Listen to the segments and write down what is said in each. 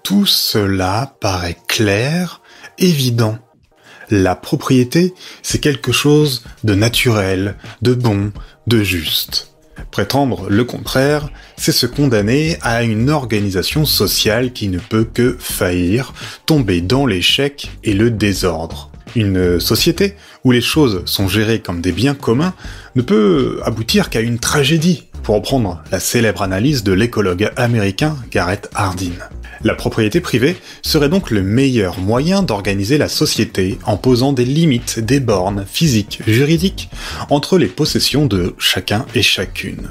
Tout cela paraît clair, évident. La propriété, c'est quelque chose de naturel, de bon, de juste. Prétendre le contraire, c'est se condamner à une organisation sociale qui ne peut que faillir, tomber dans l'échec et le désordre. Une société où les choses sont gérées comme des biens communs ne peut aboutir qu'à une tragédie, pour reprendre la célèbre analyse de l'écologue américain Garrett Hardin. La propriété privée serait donc le meilleur moyen d'organiser la société en posant des limites, des bornes physiques, juridiques, entre les possessions de chacun et chacune.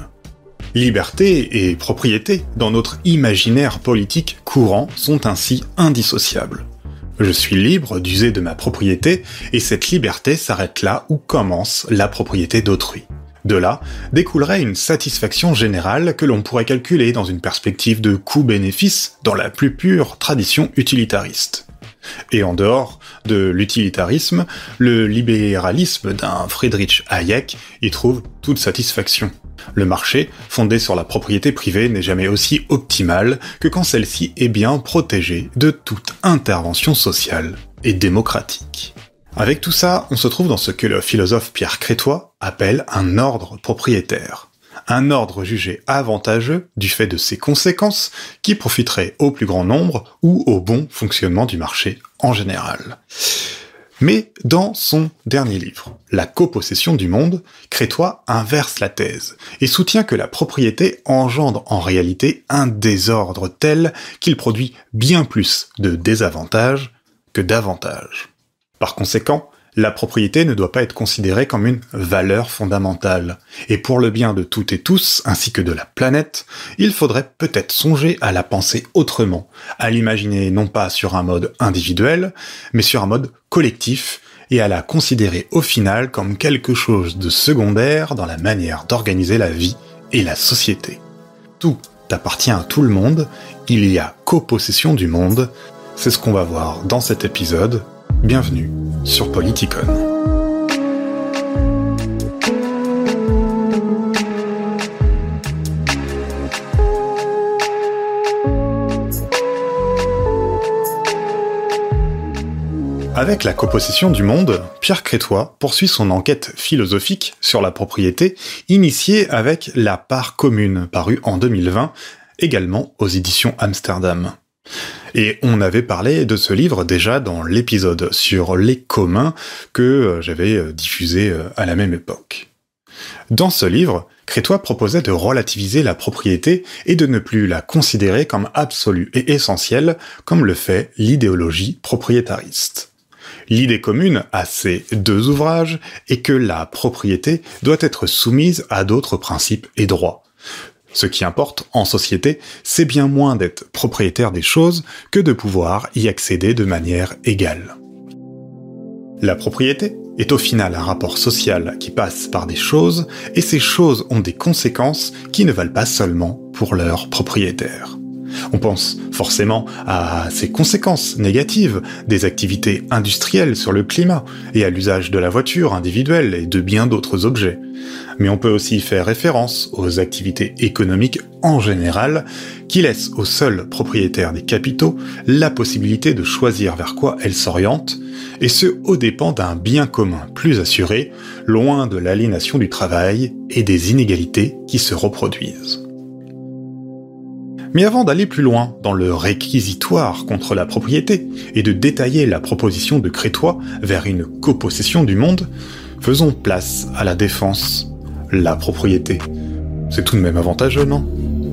Liberté et propriété, dans notre imaginaire politique courant, sont ainsi indissociables. Je suis libre d'user de ma propriété, et cette liberté s'arrête là où commence la propriété d'autrui. De là, découlerait une satisfaction générale que l'on pourrait calculer dans une perspective de coût-bénéfice dans la plus pure tradition utilitariste. Et en dehors de l'utilitarisme, le libéralisme d'un Friedrich Hayek y trouve toute satisfaction. Le marché, fondé sur la propriété privée, n'est jamais aussi optimal que quand celle-ci est bien protégée de toute intervention sociale et démocratique. Avec tout ça, on se trouve dans ce que le philosophe Pierre Crétois appelle un ordre propriétaire. Un ordre jugé avantageux du fait de ses conséquences qui profiterait au plus grand nombre ou au bon fonctionnement du marché en général. Mais dans son dernier livre, La copossession du monde, Crétois inverse la thèse et soutient que la propriété engendre en réalité un désordre tel qu'il produit bien plus de désavantages que d'avantages. Par conséquent, la propriété ne doit pas être considérée comme une valeur fondamentale. Et pour le bien de toutes et tous, ainsi que de la planète, il faudrait peut-être songer à la penser autrement, à l'imaginer non pas sur un mode individuel, mais sur un mode collectif, et à la considérer au final comme quelque chose de secondaire dans la manière d'organiser la vie et la société. Tout appartient à tout le monde, il y a copossession du monde, c'est ce qu'on va voir dans cet épisode. Bienvenue sur Politicon. Avec la copossession du monde, Pierre Crétois poursuit son enquête philosophique sur la propriété, initiée avec La part commune, paru en 2020, également aux éditions Amsterdam. Et on avait parlé de ce livre déjà dans l'épisode sur les communs que j'avais diffusé à la même époque. Dans ce livre, Crétois proposait de relativiser la propriété et de ne plus la considérer comme absolue et essentielle comme le fait l'idéologie propriétariste. L'idée commune à ces deux ouvrages est que la propriété doit être soumise à d'autres principes et droits. Ce qui importe en société, c'est bien moins d'être propriétaire des choses que de pouvoir y accéder de manière égale. La propriété est au final un rapport social qui passe par des choses, et ces choses ont des conséquences qui ne valent pas seulement pour leurs propriétaires. On pense forcément à ces conséquences négatives des activités industrielles sur le climat et à l'usage de la voiture individuelle et de bien d'autres objets. Mais on peut aussi faire référence aux activités économiques en général qui laissent aux seuls propriétaires des capitaux la possibilité de choisir vers quoi elles s'orientent, et ce aux dépens d'un bien commun plus assuré, loin de l'aliénation du travail et des inégalités qui se reproduisent. Mais avant d'aller plus loin dans le réquisitoire contre la propriété et de détailler la proposition de Crétois vers une copossession du monde, faisons place à la défense. La propriété, c'est tout de même avantageux, non ?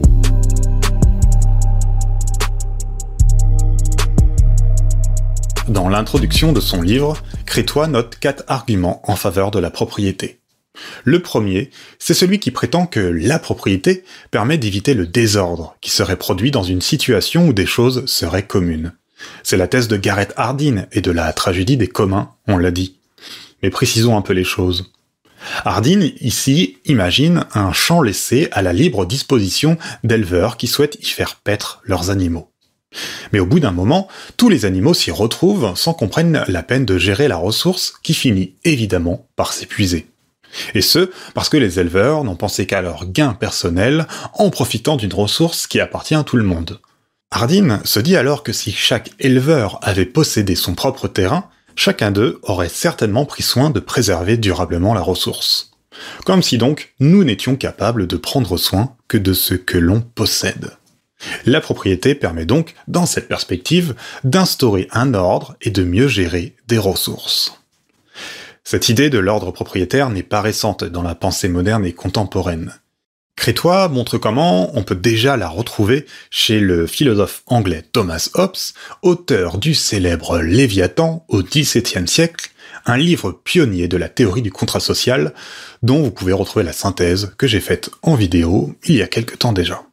Dans l'introduction de son livre, Crétois note 4 arguments en faveur de la propriété. Le premier, c'est celui qui prétend que la propriété permet d'éviter le désordre qui serait produit dans une situation où des choses seraient communes. C'est la thèse de Garrett Hardin et de la tragédie des communs, on l'a dit. Mais précisons un peu les choses. Hardin, ici, imagine un champ laissé à la libre disposition d'éleveurs qui souhaitent y faire paître leurs animaux. Mais au bout d'un moment, tous les animaux s'y retrouvent sans qu'on prenne la peine de gérer la ressource qui finit évidemment par s'épuiser. Et ce, parce que les éleveurs n'ont pensé qu'à leur gain personnel en profitant d'une ressource qui appartient à tout le monde. Hardin se dit alors que si chaque éleveur avait possédé son propre terrain, chacun d'eux aurait certainement pris soin de préserver durablement la ressource. Comme si donc nous n'étions capables de prendre soin que de ce que l'on possède. La propriété permet donc, dans cette perspective, d'instaurer un ordre et de mieux gérer des ressources. Cette idée de l'ordre propriétaire n'est pas récente dans la pensée moderne et contemporaine. Crétois montre comment on peut déjà la retrouver chez le philosophe anglais Thomas Hobbes, auteur du célèbre Léviathan au XVIIe siècle, un livre pionnier de la théorie du contrat social, dont vous pouvez retrouver la synthèse que j'ai faite en vidéo il y a quelque temps déjà.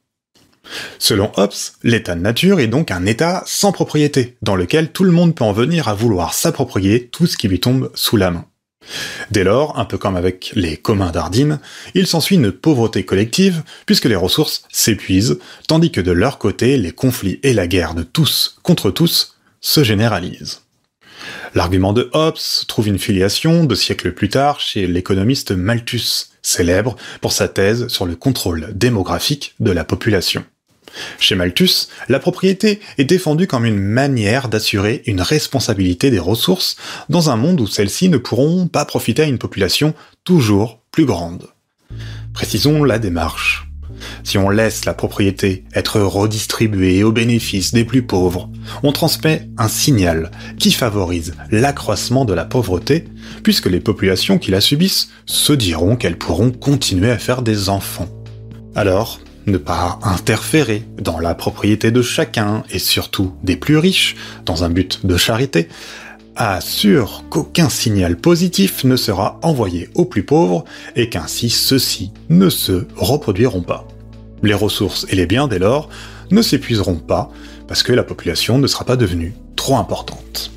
Selon Hobbes, l'état de nature est donc un état sans propriété, dans lequel tout le monde peut en venir à vouloir s'approprier tout ce qui lui tombe sous la main. Dès lors, un peu comme avec les communs d'Hardin, il s'ensuit une pauvreté collective, puisque les ressources s'épuisent, tandis que de leur côté, les conflits et la guerre de tous contre tous se généralisent. L'argument de Hobbes trouve une filiation 2 siècles plus tard chez l'économiste Malthus, célèbre pour sa thèse sur le contrôle démographique de la population. Chez Malthus, la propriété est défendue comme une manière d'assurer une responsabilité des ressources dans un monde où celles-ci ne pourront pas profiter à une population toujours plus grande. Précisons la démarche. Si on laisse la propriété être redistribuée au bénéfice des plus pauvres, on transmet un signal qui favorise l'accroissement de la pauvreté, puisque les populations qui la subissent se diront qu'elles pourront continuer à faire des enfants. Alors, ne pas interférer dans la propriété de chacun, et surtout des plus riches, dans un but de charité, assure qu'aucun signal positif ne sera envoyé aux plus pauvres, et qu'ainsi ceux-ci ne se reproduiront pas. Les ressources et les biens, dès lors, ne s'épuiseront pas, parce que la population ne sera pas devenue trop importante.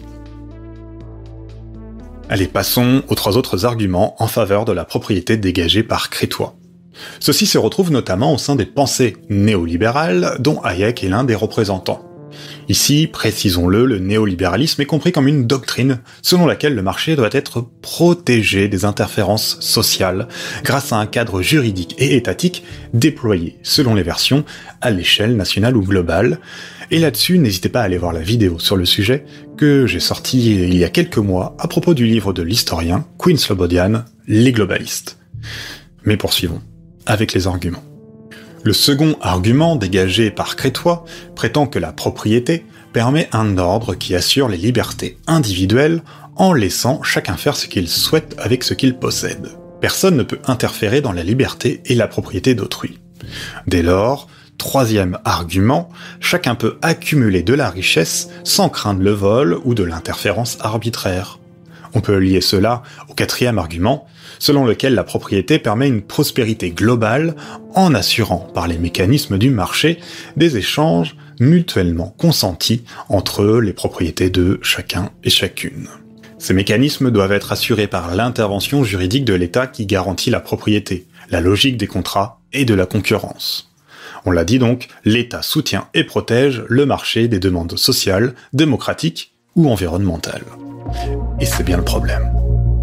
Allez, passons aux 3 autres arguments en faveur de la propriété dégagée par Crétois. Ceci se retrouve notamment au sein des pensées néolibérales dont Hayek est l'un des représentants. Ici, précisons-le, le néolibéralisme est compris comme une doctrine selon laquelle le marché doit être protégé des interférences sociales grâce à un cadre juridique et étatique déployé, selon les versions, à l'échelle nationale ou globale. Et là-dessus, n'hésitez pas à aller voir la vidéo sur le sujet que j'ai sortie il y a quelques mois à propos du livre de l'historien Quinn Slobodian, Les globalistes. Mais poursuivons avec les arguments. Le second argument dégagé par Crétois prétend que la propriété permet un ordre qui assure les libertés individuelles en laissant chacun faire ce qu'il souhaite avec ce qu'il possède. Personne ne peut interférer dans la liberté et la propriété d'autrui. Dès lors, troisième argument, chacun peut accumuler de la richesse sans craindre le vol ou de l'interférence arbitraire. On peut lier cela au quatrième argument, selon lequel la propriété permet une prospérité globale en assurant par les mécanismes du marché des échanges mutuellement consentis entre les propriétés de chacun et chacune. Ces mécanismes doivent être assurés par l'intervention juridique de l'État qui garantit la propriété, la logique des contrats et de la concurrence. On l'a dit donc, l'État soutient et protège le marché des demandes sociales, démocratiques ou environnementales. Et c'est bien le problème.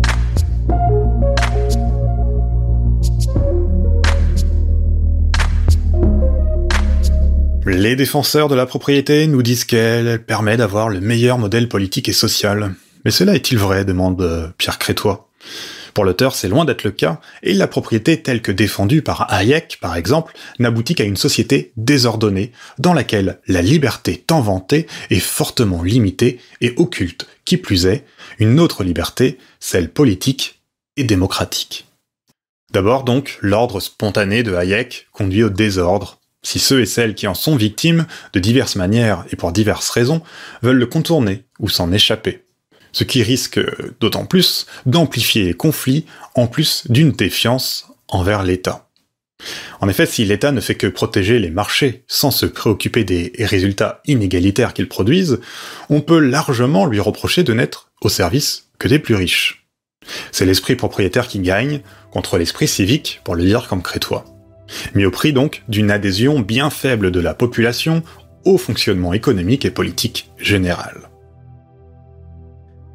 Les défenseurs de la propriété nous disent qu'elle permet d'avoir le meilleur modèle politique et social. Mais cela est-il vrai, demande Pierre Crétois. Pour l'auteur, c'est loin d'être le cas, et la propriété telle que défendue par Hayek, par exemple, n'aboutit qu'à une société désordonnée, dans laquelle la liberté tant vantée est fortement limitée et occulte, qui plus est, une autre liberté, celle politique et démocratique. D'abord donc, l'ordre spontané de Hayek conduit au désordre, si ceux et celles qui en sont victimes, de diverses manières et pour diverses raisons, veulent le contourner ou s'en échapper. Ce qui risque d'autant plus d'amplifier les conflits en plus d'une défiance envers l'État. En effet, si l'État ne fait que protéger les marchés sans se préoccuper des résultats inégalitaires qu'ils produisent, on peut largement lui reprocher de n'être au service que des plus riches. C'est l'esprit propriétaire qui gagne contre l'esprit civique, pour le dire comme Crétois. Mais au prix donc d'une adhésion bien faible de la population au fonctionnement économique et politique général.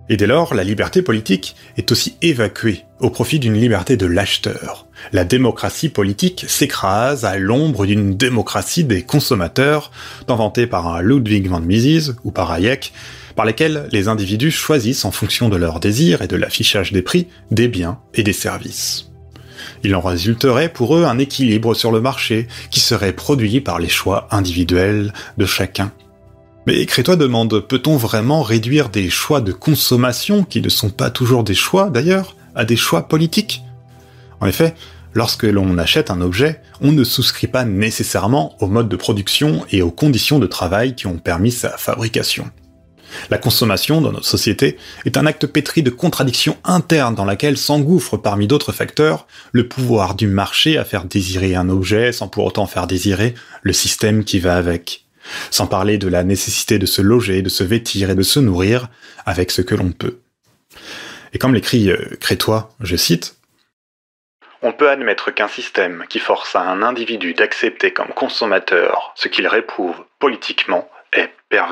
Et dès lors, la liberté politique est aussi évacuée au profit d'une liberté de l'acheteur. La démocratie politique s'écrase à l'ombre d'une démocratie des consommateurs, inventée par un Ludwig von Mises ou par Hayek, par lesquels les individus choisissent en fonction de leurs désirs et de l'affichage des prix, des biens et des services. Il en résulterait pour eux un équilibre sur le marché qui serait produit par les choix individuels de chacun. Mais Crétois demande, peut-on vraiment réduire des choix de consommation, qui ne sont pas toujours des choix d'ailleurs, à des choix politiques ? En effet, lorsque l'on achète un objet, on ne souscrit pas nécessairement au mode de production et aux conditions de travail qui ont permis sa fabrication. La consommation dans notre société est un acte pétri de contradictions internes dans laquelle s'engouffre parmi d'autres facteurs le pouvoir du marché à faire désirer un objet sans pour autant faire désirer le système qui va avec. Sans parler de la nécessité de se loger, de se vêtir et de se nourrir avec ce que l'on peut. Et comme l'écrit Crétois, je cite, « On peut admettre qu'un système qui force à un individu d'accepter comme consommateur ce qu'il réprouve politiquement est pervers. »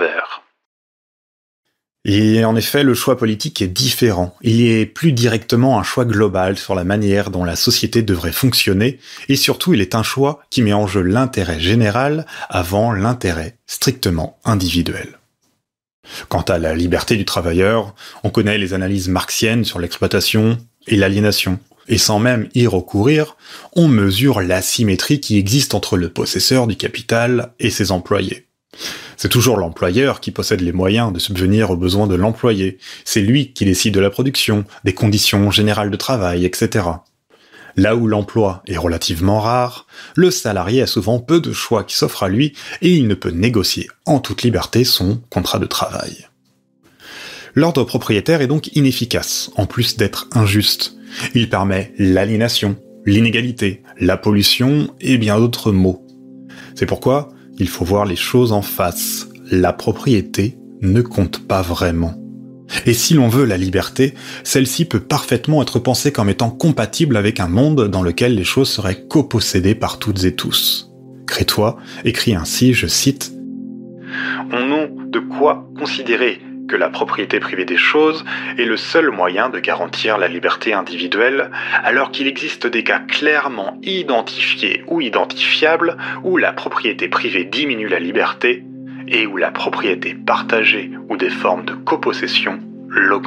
Et en effet, le choix politique est différent. Il est plus directement un choix global sur la manière dont la société devrait fonctionner, et surtout il est un choix qui met en jeu l'intérêt général avant l'intérêt strictement individuel. Quant à la liberté du travailleur, on connaît les analyses marxiennes sur l'exploitation et l'aliénation, et sans même y recourir, on mesure l'asymétrie qui existe entre le possesseur du capital et ses employés. C'est toujours l'employeur qui possède les moyens de subvenir aux besoins de l'employé. C'est lui qui décide de la production, des conditions générales de travail, etc. Là où l'emploi est relativement rare, le salarié a souvent peu de choix qui s'offrent à lui et il ne peut négocier en toute liberté son contrat de travail. L'ordre propriétaire est donc inefficace, en plus d'être injuste. Il permet l'aliénation, l'inégalité, la pollution et bien d'autres maux. C'est pourquoi il faut voir les choses en face. La propriété ne compte pas vraiment. Et si l'on veut la liberté, celle-ci peut parfaitement être pensée comme étant compatible avec un monde dans lequel les choses seraient copossédées par toutes et tous. Crétois écrit ainsi, je cite, « On n'a de quoi considérer que la propriété privée des choses est le seul moyen de garantir la liberté individuelle, alors qu'il existe des cas clairement identifiés ou identifiables où la propriété privée diminue la liberté et où la propriété partagée ou des formes de copossession l'augmente. »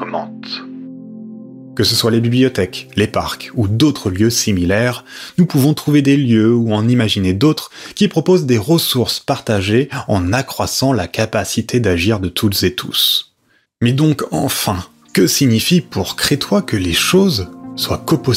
Que ce soit les bibliothèques, les parcs ou d'autres lieux similaires, nous pouvons trouver des lieux ou en imaginer d'autres qui proposent des ressources partagées en accroissant la capacité d'agir de toutes et tous. Mais donc enfin, que signifie pour Crétois que les choses soient copossédées ?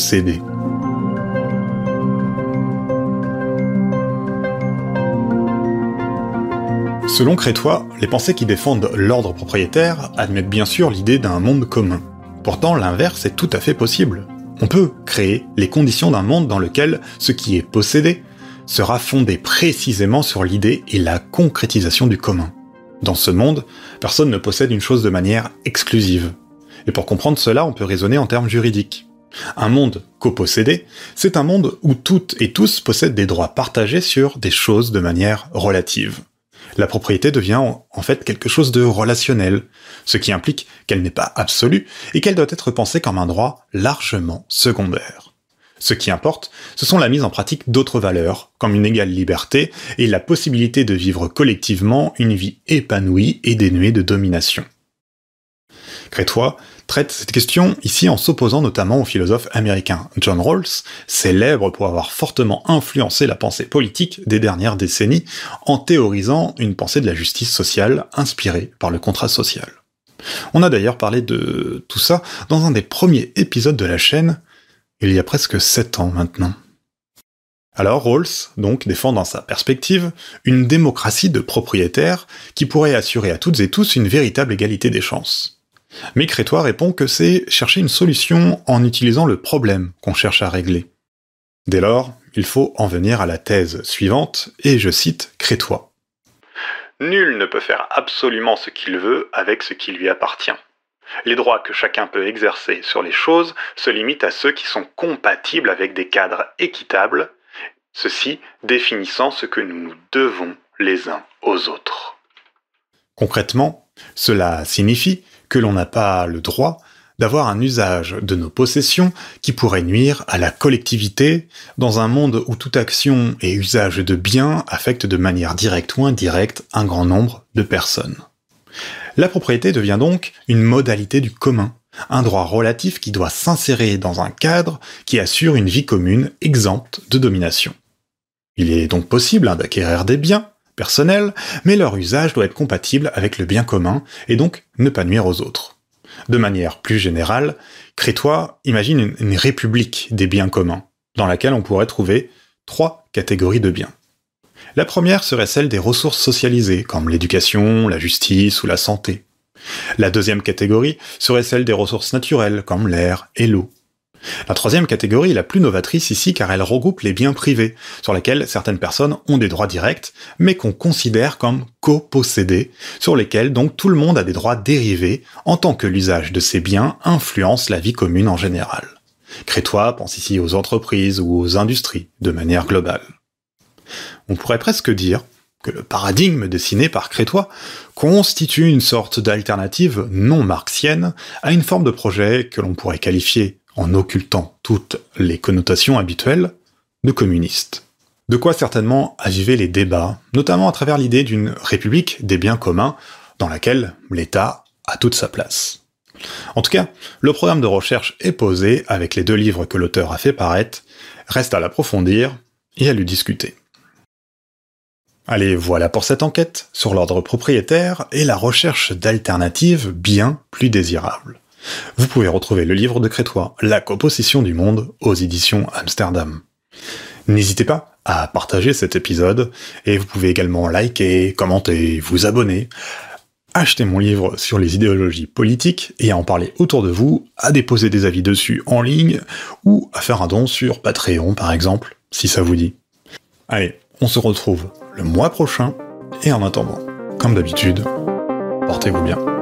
Selon Crétois, les pensées qui défendent l'ordre propriétaire admettent bien sûr l'idée d'un monde commun. Pourtant, l'inverse est tout à fait possible. On peut créer les conditions d'un monde dans lequel ce qui est possédé sera fondé précisément sur l'idée et la concrétisation du commun. Dans ce monde, personne ne possède une chose de manière exclusive. Et pour comprendre cela, on peut raisonner en termes juridiques. Un monde copossédé, c'est un monde où toutes et tous possèdent des droits partagés sur des choses de manière relative. La propriété devient en fait quelque chose de relationnel, ce qui implique qu'elle n'est pas absolue et qu'elle doit être pensée comme un droit largement secondaire. Ce qui importe, ce sont la mise en pratique d'autres valeurs, comme une égale liberté et la possibilité de vivre collectivement une vie épanouie et dénuée de domination. Crétois traite cette question ici en s'opposant notamment au philosophe américain John Rawls, célèbre pour avoir fortement influencé la pensée politique des dernières décennies en théorisant une pensée de la justice sociale inspirée par le contrat social. On a d'ailleurs parlé de tout ça dans un des premiers épisodes de la chaîne, il y a presque 7 ans maintenant. Alors Rawls, donc, défend dans sa perspective une démocratie de propriétaires qui pourrait assurer à toutes et tous une véritable égalité des chances. Mais Crétois répond que c'est chercher une solution en utilisant le problème qu'on cherche à régler. Dès lors, il faut en venir à la thèse suivante, et je cite Crétois. « Nul ne peut faire absolument ce qu'il veut avec ce qui lui appartient. Les droits que chacun peut exercer sur les choses se limitent à ceux qui sont compatibles avec des cadres équitables, ceci définissant ce que nous nous devons les uns aux autres. » Concrètement, cela signifie que l'on n'a pas le droit d'avoir un usage de nos possessions qui pourrait nuire à la collectivité dans un monde où toute action et usage de biens affectent de manière directe ou indirecte un grand nombre de personnes. La propriété devient donc une modalité du commun, un droit relatif qui doit s'insérer dans un cadre qui assure une vie commune exempte de domination. Il est donc possible d'acquérir des biens personnels, mais leur usage doit être compatible avec le bien commun et donc ne pas nuire aux autres. De manière plus générale, Crétois imagine une république des biens communs, dans laquelle on pourrait trouver 3 catégories de biens. La première serait celle des ressources socialisées, comme l'éducation, la justice ou la santé. La deuxième catégorie serait celle des ressources naturelles, comme l'air et l'eau. La troisième catégorie est la plus novatrice ici car elle regroupe les biens privés, sur lesquels certaines personnes ont des droits directs, mais qu'on considère comme copossédés, sur lesquels donc tout le monde a des droits dérivés, en tant que l'usage de ces biens influence la vie commune en général. Crétois pense ici aux entreprises ou aux industries, de manière globale. On pourrait presque dire que le paradigme dessiné par Crétois constitue une sorte d'alternative non marxienne à une forme de projet que l'on pourrait qualifier, en occultant toutes les connotations habituelles, de communiste. De quoi certainement aviver les débats, notamment à travers l'idée d'une république des biens communs dans laquelle l'État a toute sa place. En tout cas, le programme de recherche est posé avec les 2 livres que l'auteur a fait paraître, reste à l'approfondir et à lui discuter. Allez, voilà pour cette enquête sur l'ordre propriétaire et la recherche d'alternatives bien plus désirables. Vous pouvez retrouver le livre de Crétois, La copossession du monde, aux éditions Amsterdam. N'hésitez pas à partager cet épisode, et vous pouvez également liker, commenter, vous abonner, acheter mon livre sur les idéologies politiques et à en parler autour de vous, à déposer des avis dessus en ligne, ou à faire un don sur Patreon par exemple, si ça vous dit. Allez, on se retrouve le mois prochain, et en attendant, comme d'habitude, portez-vous bien.